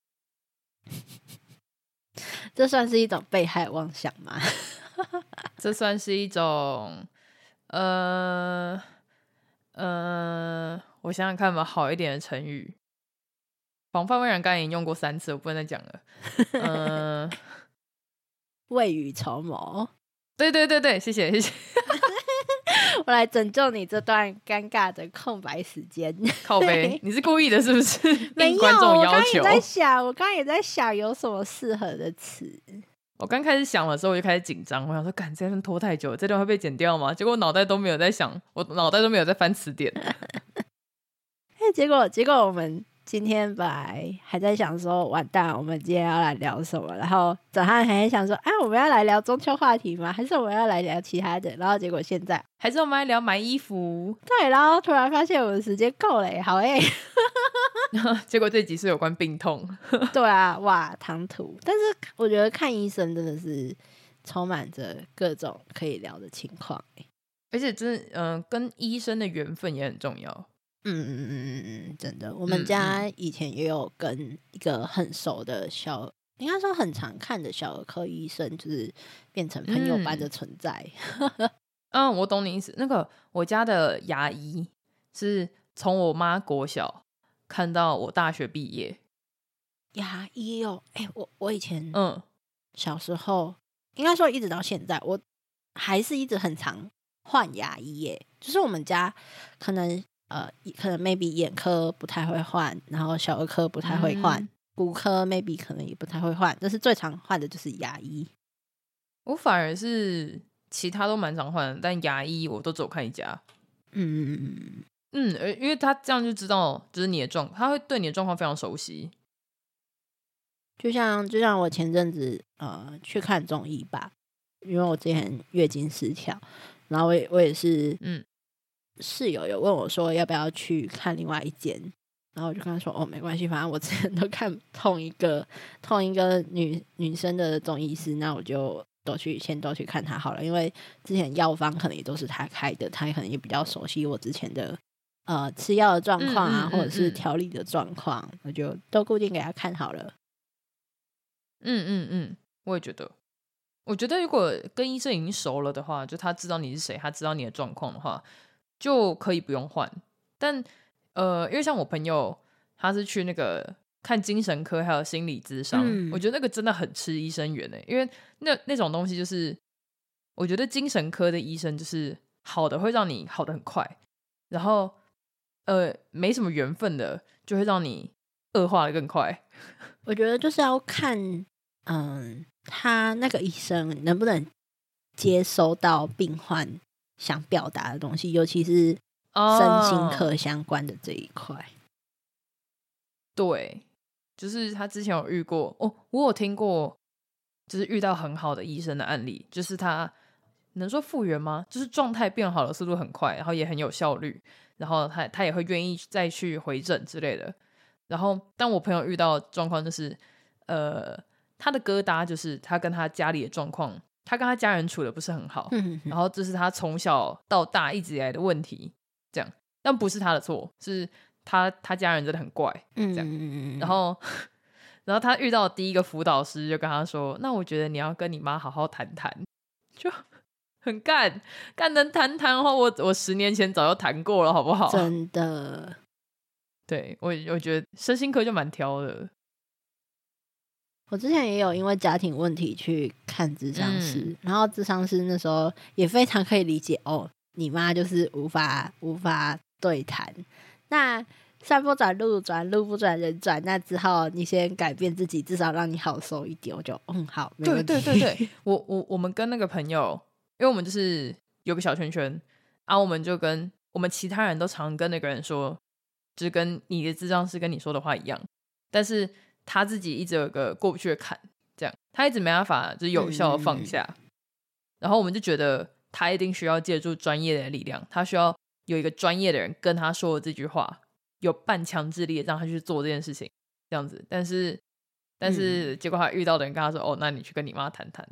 这算是一种被害妄想吗？ 这算是一种呃呃我想想看吧，好一点的成语。防范未然刚才已经用过三次，我不能再讲了。呃未雨绸缪。 对对对对，谢谢谢谢。 我来拯救你这段尴尬的空白时间。 靠北，你是故意的是不是？ 没有， 观众要求。 我刚刚也在想，我刚刚也在想有什么适合的词。 我刚开始想的时候我就开始紧张，我想说干这段拖太久了，这段会被剪掉吗？结果我脑袋都没有在想，我脑袋都没有在翻词典。 结果结果我们今天本来还在想说完蛋我们今天要来聊什么，然后早上还在想说啊我们要来聊中秋话题吗？还是我们要来聊其他的？然后结果现在还是我们来聊买衣服。 对，然后突然发现我的时间够了耶，好耶。 结果这集是有关病痛。 对啊，哇，唐突。但是我觉得看医生真的是充满着各种可以聊的情况， 而且真的嗯、呃，跟医生的缘分也很重要。 嗯嗯嗯嗯嗯，真的，我们家以前也有跟一个很熟的小，应该说很常看的小儿科医生，就是变成朋友般的存在。 嗯, 嗯，我懂你意思。那个我家的牙医是从我妈国小看到我大学毕业。 牙医哦，哎、欸，我我以前嗯小时候，应该说一直到现在，我还是一直很常换牙医耶。就是我们家可能。呃，可能 maybe 眼科不太会换，然后小儿科不太会换，嗯、骨科 maybe 可能也不太会换，但是最常换的就是牙医。 我反而是其他都蛮常换的，但牙医我都只有看一家。嗯嗯嗯嗯，因为他这样就知道就是你的状，他会对你的状况非常熟悉。 就像就像我前阵子呃去看中医吧，因为我之前月经失调，然后我也我也是嗯室友有问我说要不要去看另外一间，然后我就跟他说哦没关系，反正我之前都看同一个同一个女女生的中医师，那我就都去先都去看他好了，因为之前药方可能也都是他开的，他可能也比较熟悉我之前的呃吃药的状况啊， 嗯嗯嗯或者是嗯调理的状况，我就都固定给他看好了。 嗯嗯嗯，我也觉得。我觉得如果跟医生已经熟了的话，就他知道你是谁，他知道你的状况的话，就可以不用换。但呃，因为像我朋友，他是去那个看精神科还有心理咨商， 嗯我觉得那个真的很吃医生缘诶、因为那那种东西就是，我觉得精神科的医生就是好的会让你好的很快，然后呃没什么缘分的就会让你恶化的更快。 我觉得就是要看，嗯，他那个医生能不能接收到病患想表达的东西，尤其是身心科哦， 相关的这一块。 对，就是他之前有遇过哦，我有听过，就是遇到很好的医生的案例，就是他能说复原吗？就是状态变好的速度很快，然后也很有效率，然后他他也会愿意再去回诊之类的。然后，但我朋友遇到的状况就是，呃，他的疙瘩就是他跟他家里的状况，他跟他家人处的不是很好， 嗯然后这是他从小到大一直以来的问题，这样，但不是他的错，是他他家人真的很怪， 嗯这样。 嗯然后，然后他遇到第一个辅导师就跟他说：“那我觉得你要跟你妈好好谈谈。”就很干干能谈谈的话，我我十年前早就谈过了，好不好？ 真的。 对我我觉得身心科就蛮挑的。 我之前也有因为家庭问题去看咨商师， 嗯然后咨商师那时候也非常可以理解哦，你妈就是无法无法对谈，那山不转路转，路不转人转，那只好你先改变自己，至少让你好受一点。我就嗯好，没对问题。 对对对，我我我们跟那个朋友，因为我们就是有个小圈圈，然后我们就跟我们其他人都常跟那个人说，就是跟你的智障师跟你说的话一样，但是他自己一直有一个过不去的坎，这样他一直没办法就是有效的放下，然后我们就觉得他一定需要借助专业的力量，他需要有一个专业的人跟他说的这句话，有半强制力让他去做这件事情，这样子，但是。但是结果他遇到的人跟他说：“哦，那你去跟你妈谈谈。”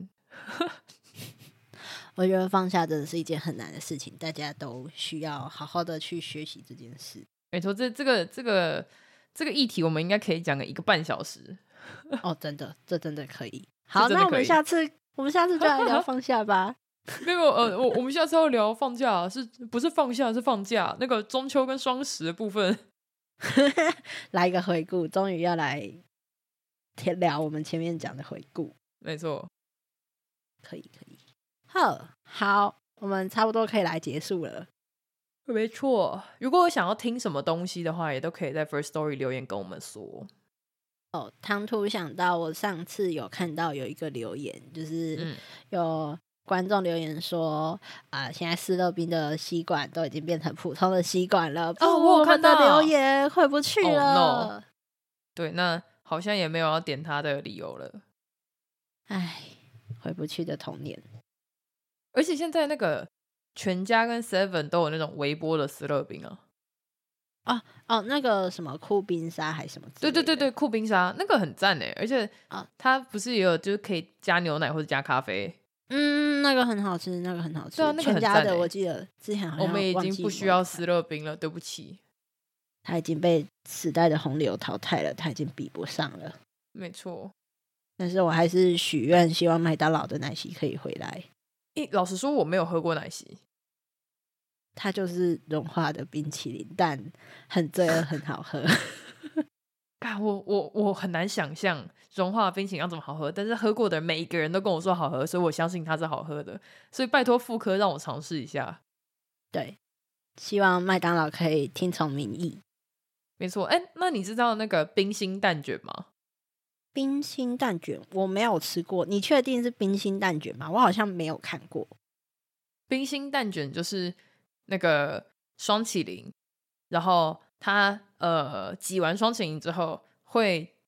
我觉得放下真的是一件很难的事情，大家都需要好好的去学习这件事。 没错，这这个这个这个议题，我们应该可以讲个一个半小时。 哦，真的，这真的可以。好，那我这真的可以们下次我们下次就来聊放下吧。 没有，呃，我我们下次要聊放假，是不是放下是放假？那个中秋跟双十的部分， 来一个回顾，终于要来聊我们前面讲的回顾。 没错。 可以可以，好，好，我们差不多可以来结束了。 没错，如果我想要听什么东西的话，也都可以在 First Story 留言跟我们说。 哦，唐突想到，我上次有看到有一个留言，就是嗯有观众留言说，啊、现在斯乐冰的吸管都已经变成普通的吸管了。不， 哦我有看到们的留言回不去 Oh, 了。 对，那好像也没有要点他的理由了。 唉，回不去的童年。 而且现在那个全家跟 Seven 都有那种微波的斯乐冰啊。 哦哦，那个什么酷冰沙还是什么之类的？ 对对对对，酷冰沙那个很赞哎，而且啊它不是也有就是可以加牛奶或者加咖啡？ 嗯，那个很好吃，那个很好吃。 对啊那个全家的很赞欸我记得之前好像我们已忘记经不需某一款要斯乐冰了，对不起。 它已经被时代的洪流淘汰了，它已经比不上了。 没错， 但是我还是许愿，希望麦当劳的奶昔可以回来。 诶，老实说我没有喝过奶昔。 它就是融化的冰淇淋，但很罪恶，很好喝。 啊，我我我很难想象融化的冰淇淋要怎么好喝，但是喝过的人每一个人都跟我说好喝，所以我相信它是好喝的。所以拜托复刻让我尝试一下。 对，希望麦当劳可以听从民意。 没错，哎，那你知道那个冰心蛋卷吗？ 冰心蛋卷我没有吃过，你确定是冰心蛋卷吗？我好像没有看过。 冰心蛋卷就是那个双麒麟，然后它呃挤完双麒麟之后会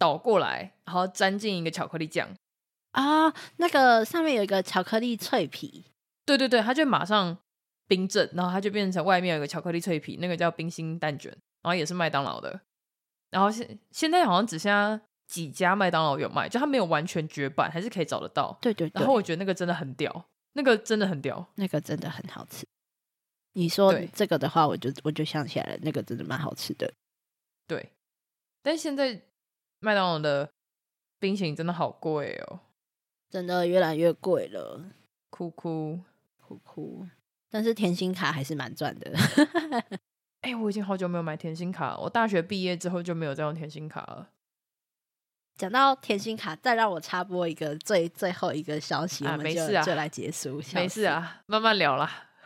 倒过来，然后沾进一个巧克力酱啊，那个上面有一个巧克力脆皮， 对对对，它就马上冰镇，然后它就变成外面有一个巧克力脆皮，那个叫冰心蛋卷，然后也是麦当劳的。然后现现在好像只剩下几家麦当劳有卖，就它没有完全绝版，还是可以找得到。 对对对。 然后我觉得那个真的很屌，那个真的很屌， 那个真的很好吃。你说这个的话，我就我就想起来了，那个真的蛮好吃的。 对，但现在麦当劳的冰淇淋真的好贵哦， 真的越来越贵了， 哭哭哭哭。但是甜心卡还是蛮赚的。 哎、欸，我已经好久没有买甜心卡了，我大学毕业之后就没有再用甜心卡了。 讲到甜心卡，再让我插播一个最最后一个消息， 啊、 我们就、 没事啊、 就来结束。 没事啊，慢慢聊啦。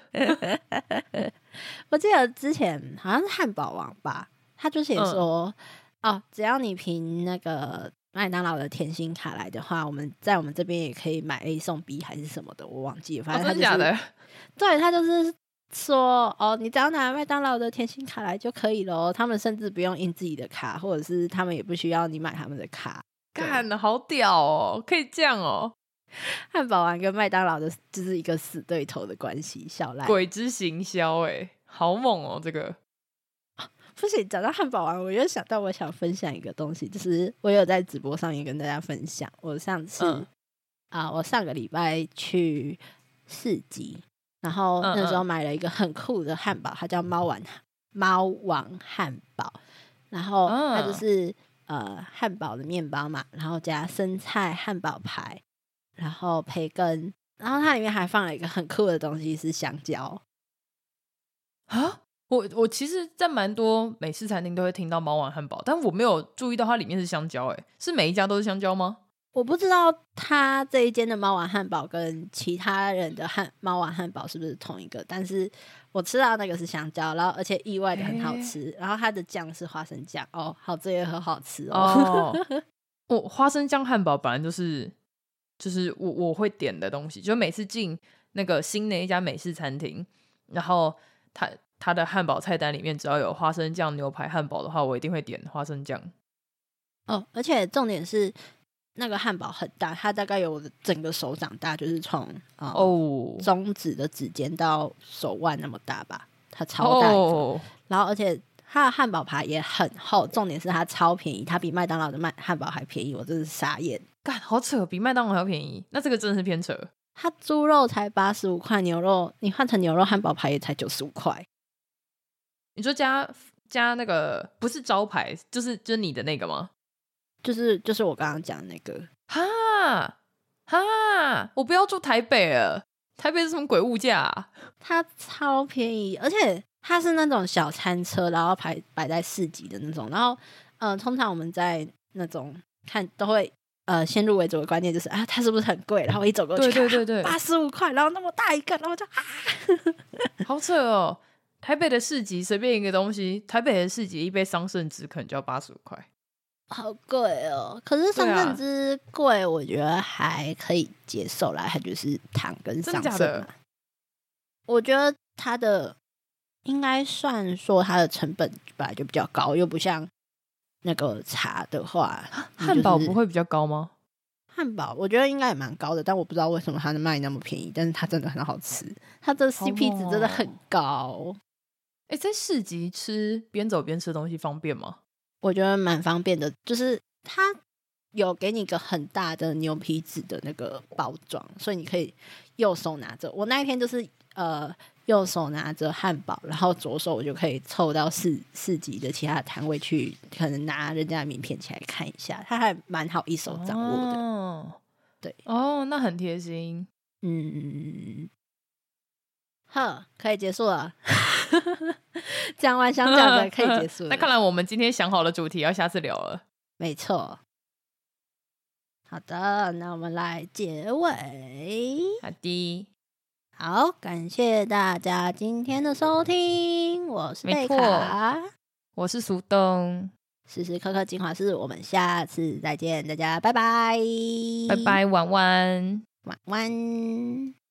我记得之前好像是汉堡王吧，他就写说、嗯、哦，只要你凭那个麦当劳的甜心卡来的话，我们在我们这边也可以买 A 送 B 还是什么的，我忘记了。反正他就是、 哦、真的假的？ 对，他就是说哦，你只要拿麦当劳的甜心卡来就可以了，他们甚至不用印自己的卡，或者是他们也不需要你买他们的卡。 干的好屌哦，可以这样哦。 汉堡王跟麦当劳的就是一个死对头的关系，小赖鬼之行销，哎，好猛哦！这个、 啊、不行，讲到汉堡王，我又想到我想分享一个东西，就是我有在直播上面跟大家分享，我上次、嗯、啊，我上个礼拜去市集，然后那时候买了一个很酷的汉堡，它叫猫王猫王汉堡，然后它就是、嗯、呃汉堡的面包嘛，然后加生菜汉堡排。然后培根，然后它里面还放了一个很酷的东西，是香蕉啊！我我其实，在蛮多美式餐厅都会听到猫王汉堡，但我没有注意到它里面是香蕉。哎，是每一家都是香蕉吗？ 我不知道它这一间的猫王汉堡跟其他人的汉猫王汉堡是不是同一个，但是我吃到那个是香蕉，然后而且意外的很好吃，欸、然后它的酱是花生酱，哦，好这也很好吃哦。 哦，我花生酱汉堡本来就是。就是我我会点的东西，就每次进那个新的一家美式餐厅，然后它它的汉堡菜单里面只要有花生酱牛排汉堡的话，我一定会点花生酱。 哦，而且重点是那个汉堡很大，它大概有整个手掌大，就是从、呃、哦中指的指尖到手腕那么大吧，它超大一个、哦、然后而且它的汉堡排也很厚，重点是它超便宜，它比麦当劳的麦汉堡还便宜，我真是傻眼。 干好扯，比麦当劳还要便宜，那这个真的是偏扯。 它猪肉才八十五块，牛肉你换成牛肉汉堡排也才九十五块。 你说加加那个不是招牌，就是就是你的那个吗？ 就是就是我刚刚讲的那个。 哈哈，我不要住台北了，台北是什么鬼物价、啊？ 它超便宜，而且它是那种小餐车，然后排摆在市集的那种，然后呃，通常我们在那种看都会。呃，先入为主的观念就是啊，它是不是很贵？然后我一走过去， 对对对对， 八十五块，然后那么大一个，然后就啊， 好扯哦！台北的市集随便一个东西，台北的市集一杯桑葚汁可能就要八十五块， 好贵哦。可是桑葚汁贵、啊，我觉得还可以接受啦，它就是糖跟桑葚嘛。我觉得它的应该算说它的成本本来就比较高，又不像。那个茶的话， 汉堡不会比较高吗？ 汉堡我觉得应该也蛮高的，但我不知道为什么它能卖那么便宜，但是它真的很好吃，它的 C P 值真的很高。 哎、欸，在市集吃边走边吃的东西方便吗？ 我觉得蛮方便的，就是它有给你一个很大的牛皮纸的那个包装，所以你可以右手拿着。我那一天就是呃。右手拿着汉堡，然后左手我就可以凑到市市集的其他摊位去，可能拿人家的名片起来看一下，他还蛮好一手掌握的。哦、对， 哦，那很贴心。 嗯，呵，可以结束了。讲完想讲的可以结束了。 那看来我们今天想好了主题，要下次聊了。 没错。好的，那我们来结尾。 好的。 好，感谢大家今天的收听，我是贝卡， 我是苏东， 时时刻刻精华室，我们下次再见，大家拜拜， 拜拜，晚安， 晚安。